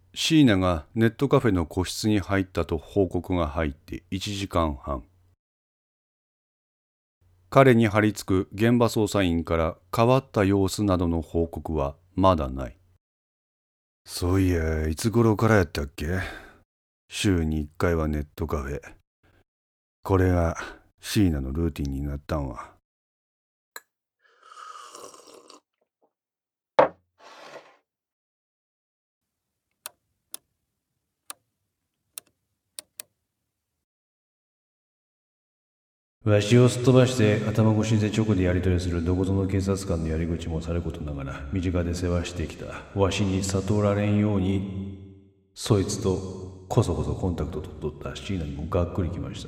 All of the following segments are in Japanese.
椎名がネットカフェの個室に入ったと報告が入って1時間半。彼に張り付く現場捜査員から変わった様子などの報告はまだない。そういや、いつ頃からやったっけ？週に1回はネットカフェ。これが椎名のルーティンになったんは。 わしをすっ飛ばして頭越しで直でやり取りするどこぞの警察官のやり口もさることながら身近で世話してきたわしに悟られんようにそいつとこそこそコンタクトと取った椎名にもがっくりきました。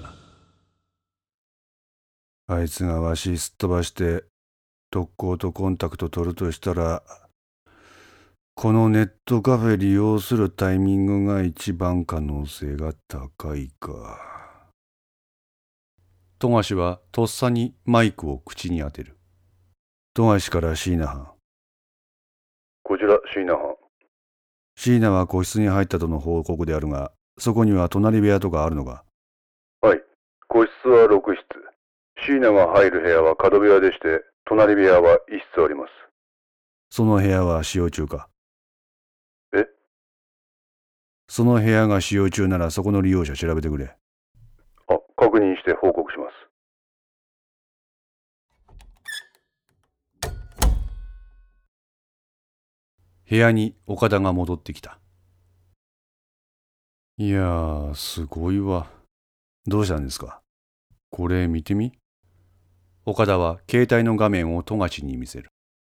あいつがわしすっ飛ばして特攻とコンタクト取るとしたら、このネットカフェ利用するタイミングが一番可能性が高いか。富樫はとっさにマイクを口に当てる。富樫から椎名班。 こちら椎名班。 椎名は個室に入ったとの報告であるが、そこには隣部屋とかあるのか？ はい。個室は6室。椎名が入る部屋は角部屋でして、隣部屋は1室あります。 その部屋は使用中か？ え？ その部屋が使用中ならそこの利用者調べてくれ。 確認して報告します。 部屋に岡田が戻ってきた。いやー、すごいわ。どうしたんですか？これ見てみ。岡田は携帯の画面を富樫に見せる。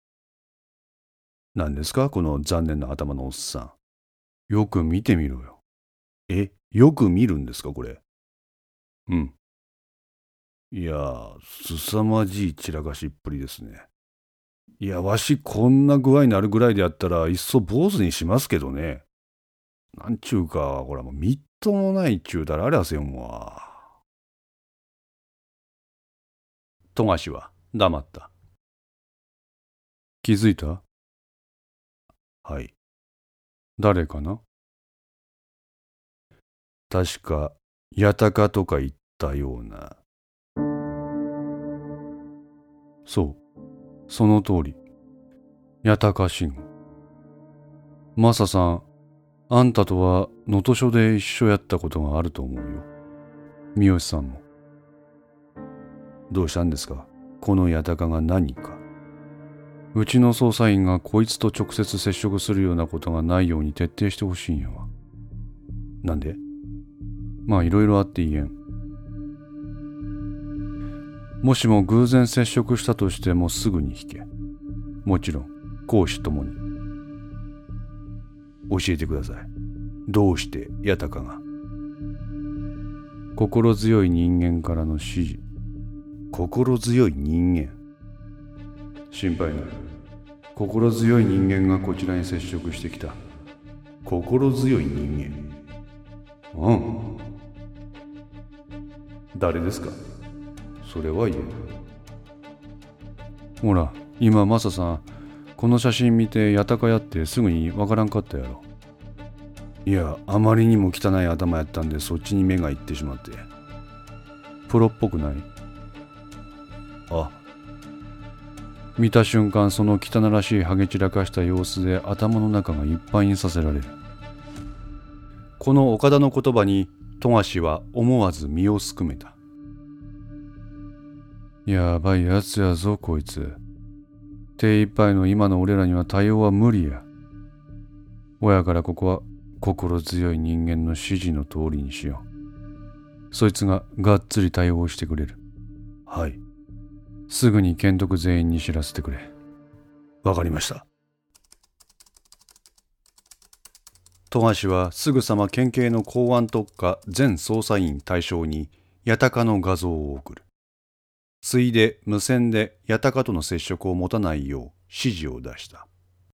何ですかこの残念な頭のおっさん。よく見てみろよ。よく見るんですかこれ？うん。いやー、凄まじい散らかしっぷりですね。いや、わしこんな具合になるぐらいでやったらいっそ坊主にしますけどね。なんちゅうか、ほらもうみっともないっちゅうたらありゃせんわ。富樫は黙った。気づいた？はい。誰かな？確か、八鷹とか言ったような。そう、その通り。八鷹信吾。マサさん、あんたとは能登署で一緒やったことがあると思うよ。三好さんも。どうしたんですかこの八鷹が何か。うちの捜査員がこいつと直接接触するようなことがないように徹底してほしいんやわ。なんで？まあいろいろあって言えん。もしも偶然接触したとしてもすぐに引け。もちろん公私ともに。教えてください。どうして八鷹が？心強い人間からの指示。心強い人間？心配ない。心強い人間がこちらに接触してきた。心強い人間？うん。誰ですか？それは言えない。ほら、今マサさん、この写真見て八鷹やってすぐにわからんかったやろ。いや、あまりにも汚い頭やったんでそっちに目がいってしまって。プロっぽくない？あ、見た瞬間その汚らしいハゲ散らかした様子で頭の中がいっぱいにさせられる。この岡田の言葉に富樫は思わず身をすくめた。やばいやつやぞこいつ。手一杯の今の俺らには対応は無理や。親からここは心強い人間の指示の通りにしよう。そいつががっつり対応してくれる。はい。すぐに県督全員に知らせてくれ。わかりました。富樫はすぐさま県警の公安特課全捜査員対象に八鷹の画像を送る。ついで無線で八鷹との接触を持たないよう指示を出した。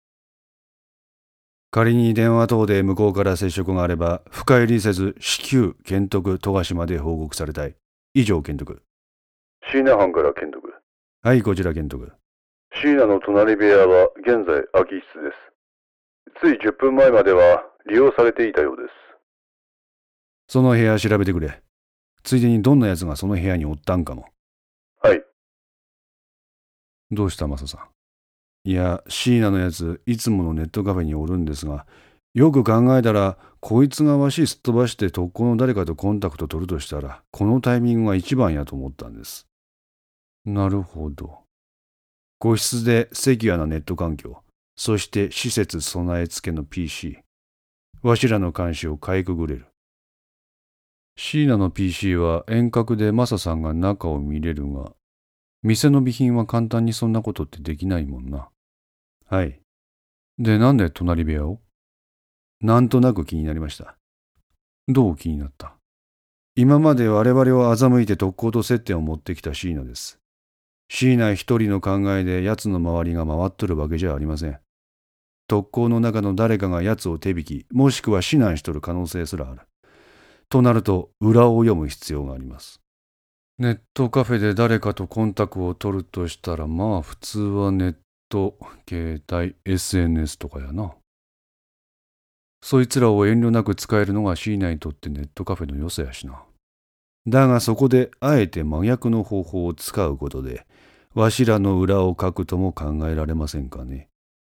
仮に電話等で向こうから接触があれば深入りせず至急県督富樫まで報告されたい。以上県督。 椎名班から検督。 はい、こちら県督。 椎名の隣部屋は現在空き室です。 つい10分前までは利用されていたようです。 その部屋調べてくれ。ついでにどんな奴がその部屋におったんかも。 はい。 どうしたマサさん。いや、椎名のやつ、いつものネットカフェにおるんですが、よく考えたら、こいつがわしすっ飛ばして特攻の誰かとコンタクト取るとしたら、このタイミングが一番やと思ったんです。なるほど。個室でセキュアなネット環境、そして施設備え付けの PC。わしらの監視をかいくぐれる。椎名の PC は遠隔でマサさんが中を見れるが、店の備品は簡単にそんなことってできないもんな。はい。で、なんで隣部屋を？なんとなく気になりました。どう気になった？今まで我々を欺いて特攻と接点を持ってきた椎名です。椎名一人の考えで奴の周りが回っとるわけじゃありません。特攻の中の誰かが奴を手引き、もしくは指南しとる可能性すらある。となると、裏を読む必要があります。ネットカフェで誰かとコンタクトを取るとしたら、まあ普通はネット、携帯、SNS とかやな。そいつらを遠慮なく使えるのが椎名にとってネットカフェの良さやしな。だがそこであえて真逆の方法を使うことで、わしらの裏をかくとも考えられませんかね。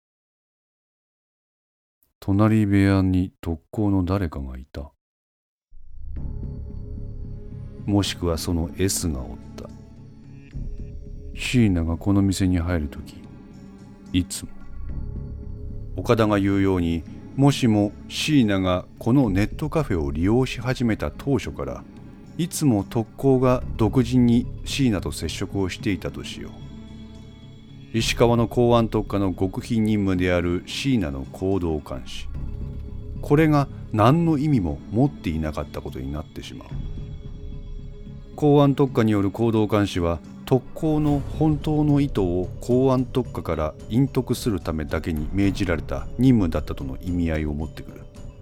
隣部屋に特攻の誰かがいた。もしくはその S がおった。椎名がこの店に入るとき、いつも。岡田が言うように、もしも椎名がこのネットカフェを利用し始めた当初から、いつも特攻が独自に椎名と接触をしていたとしよう。石川の公安特化の極秘任務である椎名の行動監視。これが何の意味も持っていなかったことになってしまう。公安特化による行動監視は特攻の本当の意図を公安特化から隠匿するためだけに命じられた任務だったとの意味合いを持ってくる。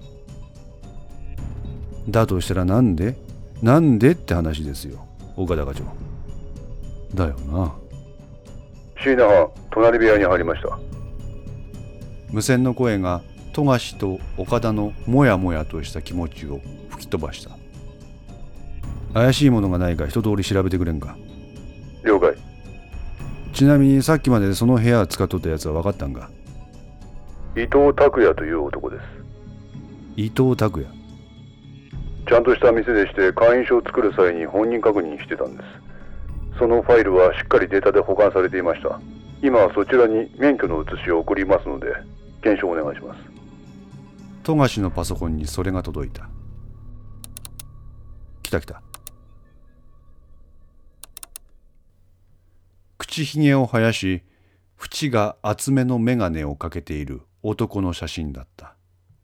だとしたらなんでって話ですよ、岡田課長。だよな。 椎名は隣部屋に入りました。 無線の声が富樫と岡田のもやもやとした気持ちを吹き飛ばした。怪しいものがないか一通り調べてくれんか。 了解。 ちなみにさっきまでその部屋を使っとったやつは分かったんか。 伊藤拓也という男です。 伊藤拓也。 ちゃんとした店でして会員証を作る際に本人確認してたんです。そのファイルはしっかりデータで保管されていました。今はそちらに免許の写しを送りますので検証お願いします。 富樫のパソコンにそれが届いた。来た。口ひげを生やし、縁が厚めの眼鏡をかけている男の写真だった。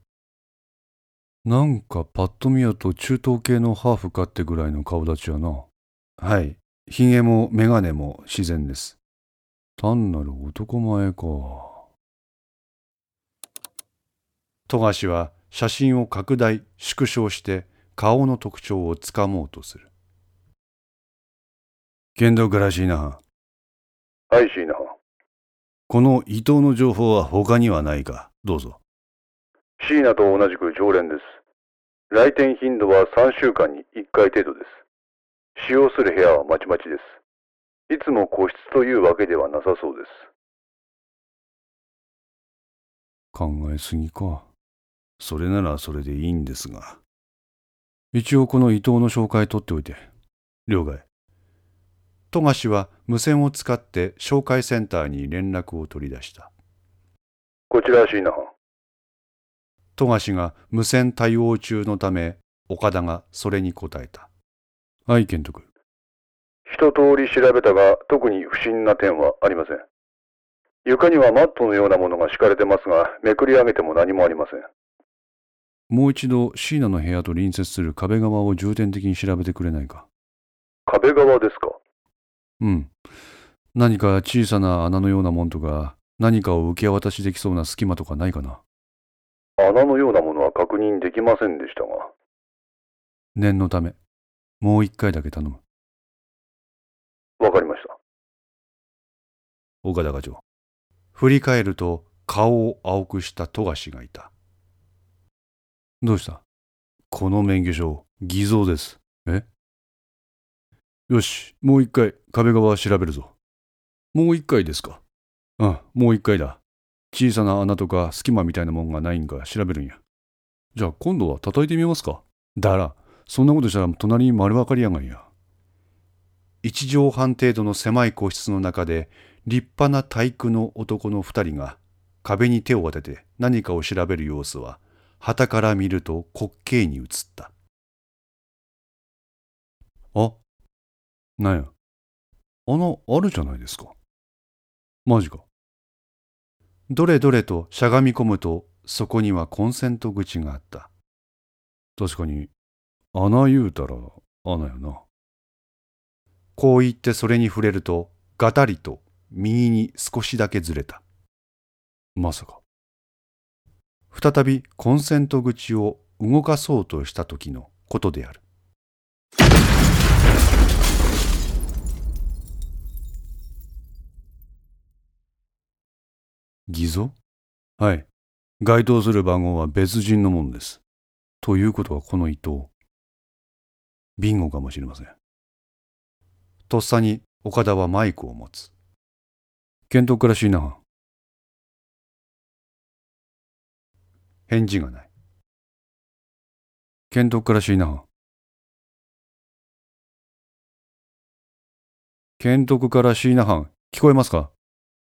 なんかパッと見やと中東系のハーフかってぐらいの顔立ちやな。はい。ひげも眼鏡も自然です。単なる男前か。富樫は写真を拡大縮小して顔の特徴をつかもうとする。剣道から椎名藩。 はい、椎名藩。 この伊藤の情報は他にはないか。どうぞ。 椎名と同じく常連です。来店頻度は3週間に1回程度です。使用する部屋はまちまちです。いつも個室というわけではなさそうです。 考えすぎか。それならそれでいいんですが。一応この伊藤の紹介取っておいて。了解。富樫は無線を使って紹介センターに連絡を取り出した。 こちら椎名藩。 富樫が無線対応中のため、岡田がそれに答えた。はい、健徳。 一通り調べたが、特に不審な点はありません。床にはマットのようなものが敷かれてますが、めくり上げても何もありません。 もう一度椎名の部屋と隣接する壁側を重点的に調べてくれないか。 壁側ですか？ うん。何か小さな穴のようなもんとか、何かを受け渡しできそうな隙間とかないかな。 穴のようなものは確認できませんでしたが。 念のため、もう一回だけ頼む。 わかりました。 岡田課長。振り返ると、 顔を青くした富樫がいた。どうした？この免許証、偽造です。よし、もう一回壁側調べるぞ。もう一回ですか？もう一回だ。小さな穴とか隙間みたいなもんがないんか調べるんや。じゃあ今度は叩いてみますか。だら、そんなことしたら隣に丸分かりやがんや。一畳半程度の狭い個室の中で立派な体育の男の二人が壁に手を当てて何かを調べる様子は傍から見ると滑稽に映った。なんや、穴あるじゃないですか。マジか。どれどれとしゃがみ込むとそこにはコンセント口があった。確かに穴言うたら穴やな。こう言ってそれに触れるとガタリと右に少しだけずれた。まさか。再びコンセント口を動かそうとした時のことである。偽造？はい。該当する番号は別人のものです。ということはこの伊藤、ビンゴかもしれません。とっさに岡田はマイクを持つ。検討からしいな。返事がない。検討からしいな。検討からしいなはん、聞こえますか？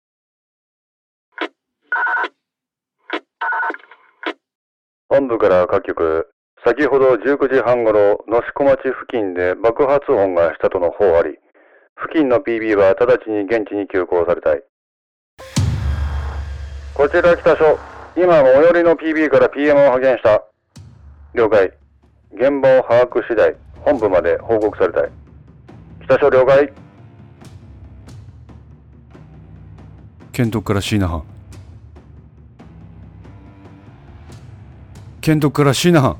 本部から各局、先ほど19時半ごろ、能代町付近で爆発音がしたとの報あり、付近の PB は直ちに現地に急行されたい。こちら北署、今最寄りの PB から PM を派遣した。了解。現場を把握次第、本部まで報告されたい。北署了解。 検討からしいなはん。検討からシーナハン。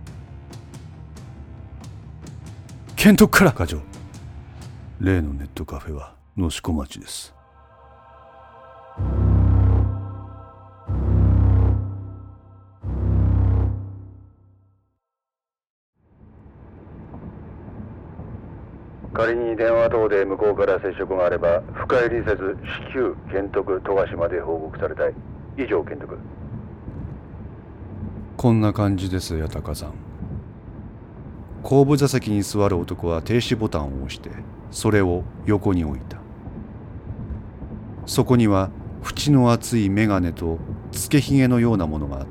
検討から課長。例のネットカフェは能代町です。 仮に電話等で向こうから接触があれば深入りせず至急検督富樫まで報告されたい。以上検督。 こんな感じです、八高さん。後部座席に座る男は停止ボタンを押してそれを横に置いた。そこには縁の厚い眼鏡とつけひげのようなものがあった。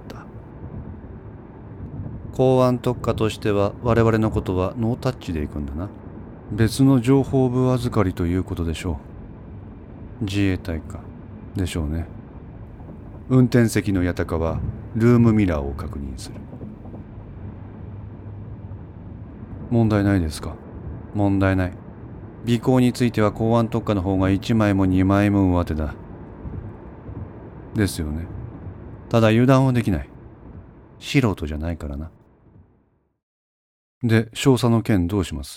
公安特化としては我々のことはノータッチで行くんだな。別の情報部預かりということでしょう。自衛隊かでしょうね。運転席の八高はルームミラーを確認する。問題ないですか？問題ない。尾行については公安特化の方が1枚も2枚も上手だ。ですよね。ただ油断はできない。素人じゃないからな。で、少佐の件どうします？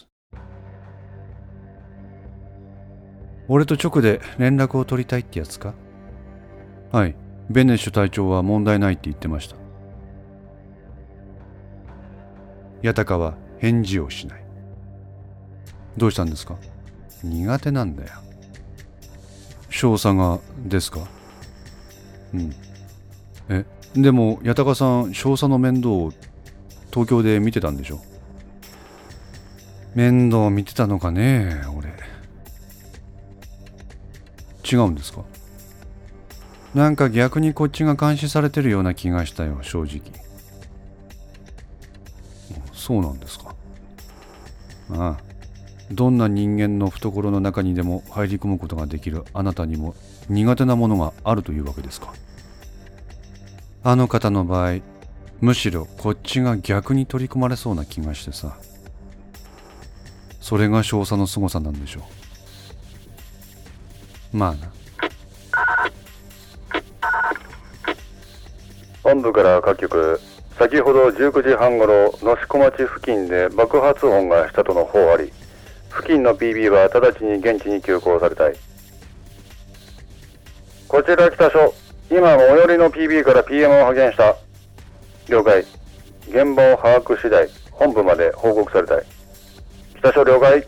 俺と直で連絡を取りたいってやつか？はい。ベネッシュ隊長は問題ないって言ってました。八高は返事をしない。どうしたんですか？苦手なんだよ。少佐がですか？うん。でも八高さん、少佐の面倒を東京で見てたんでしょ？面倒見てたのかね俺。違うんですか？なんか逆にこっちが監視されてるような気がしたよ、正直。そうなんですか。ああ、どんな人間の懐の中にでも入り込むことができるあなたにも苦手なものがあるというわけですか。あの方の場合、むしろこっちが逆に取り込まれそうな気がしてさ。それが少佐の凄さなんでしょう。まあな。 本部から各局、先ほど19時半ごろ、能代町付近で爆発音がしたとの報あり、付近の PB は直ちに現地に急行されたい。こちら北署、 今最寄りの PB から PM を派遣した。了解。現場を把握次第本部まで報告されたい。北署了解。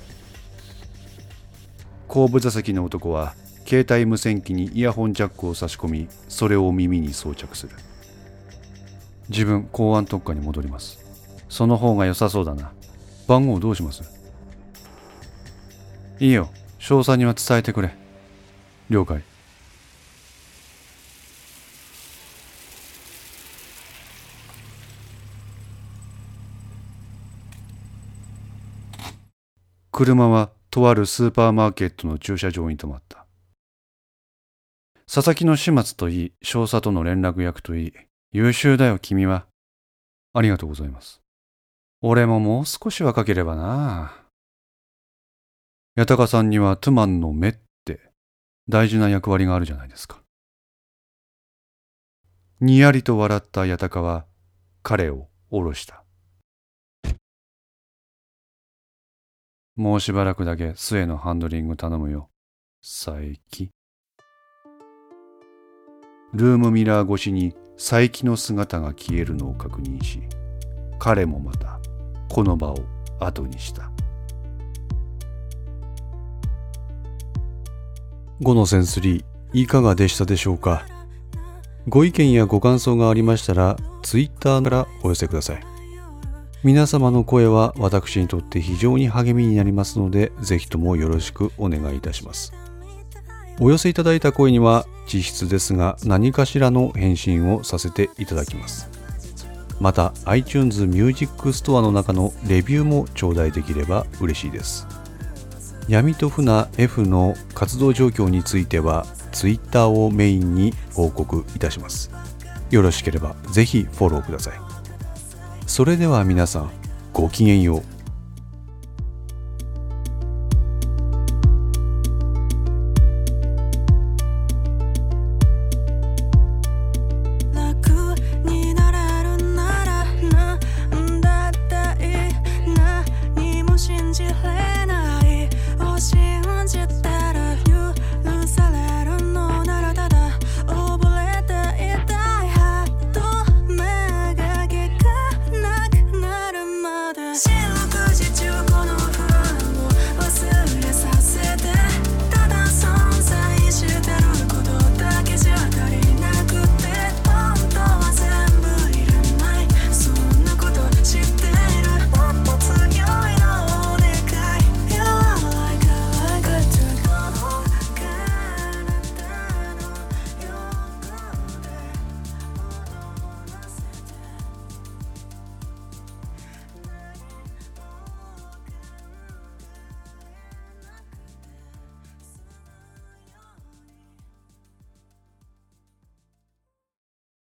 後部座席の男は携帯無線機にイヤホンジャックを差し込み、それを耳に装着する。自分公安特課に戻ります。その方が良さそうだな。番号どうします？いいよ、詳細には伝えてくれ。了解。車はとあるスーパーマーケットの駐車場に止まった。佐々木の始末といい、少佐との連絡役といい、優秀だよ君は。ありがとうございます。俺ももう少し若ければな。八高さんにはトゥマンの目って大事な役割があるじゃないですか。にやりと笑った八高は彼を下ろした。もうしばらくだけ末のハンドリング頼むよ、佐伯。ルームミラー越しに佐伯の姿が消えるのを確認し、彼もまたこの場を後にした。 5のセンス3いかがでしたでしょうか。ご意見やご感想がありましたら Twitter からお寄せください。皆様の声は私にとって非常に励みになりますので、ぜひともよろしくお願いいたします。お寄せいただいた声には実質ですが何かしらの返信をさせていただきます。また iTunes Music Store の中のレビューも頂戴できれば嬉しいです。闇と船 F の活動状況については Twitter をメインに報告いたします。よろしければぜひフォローください。それでは皆さん、ごきげんよう。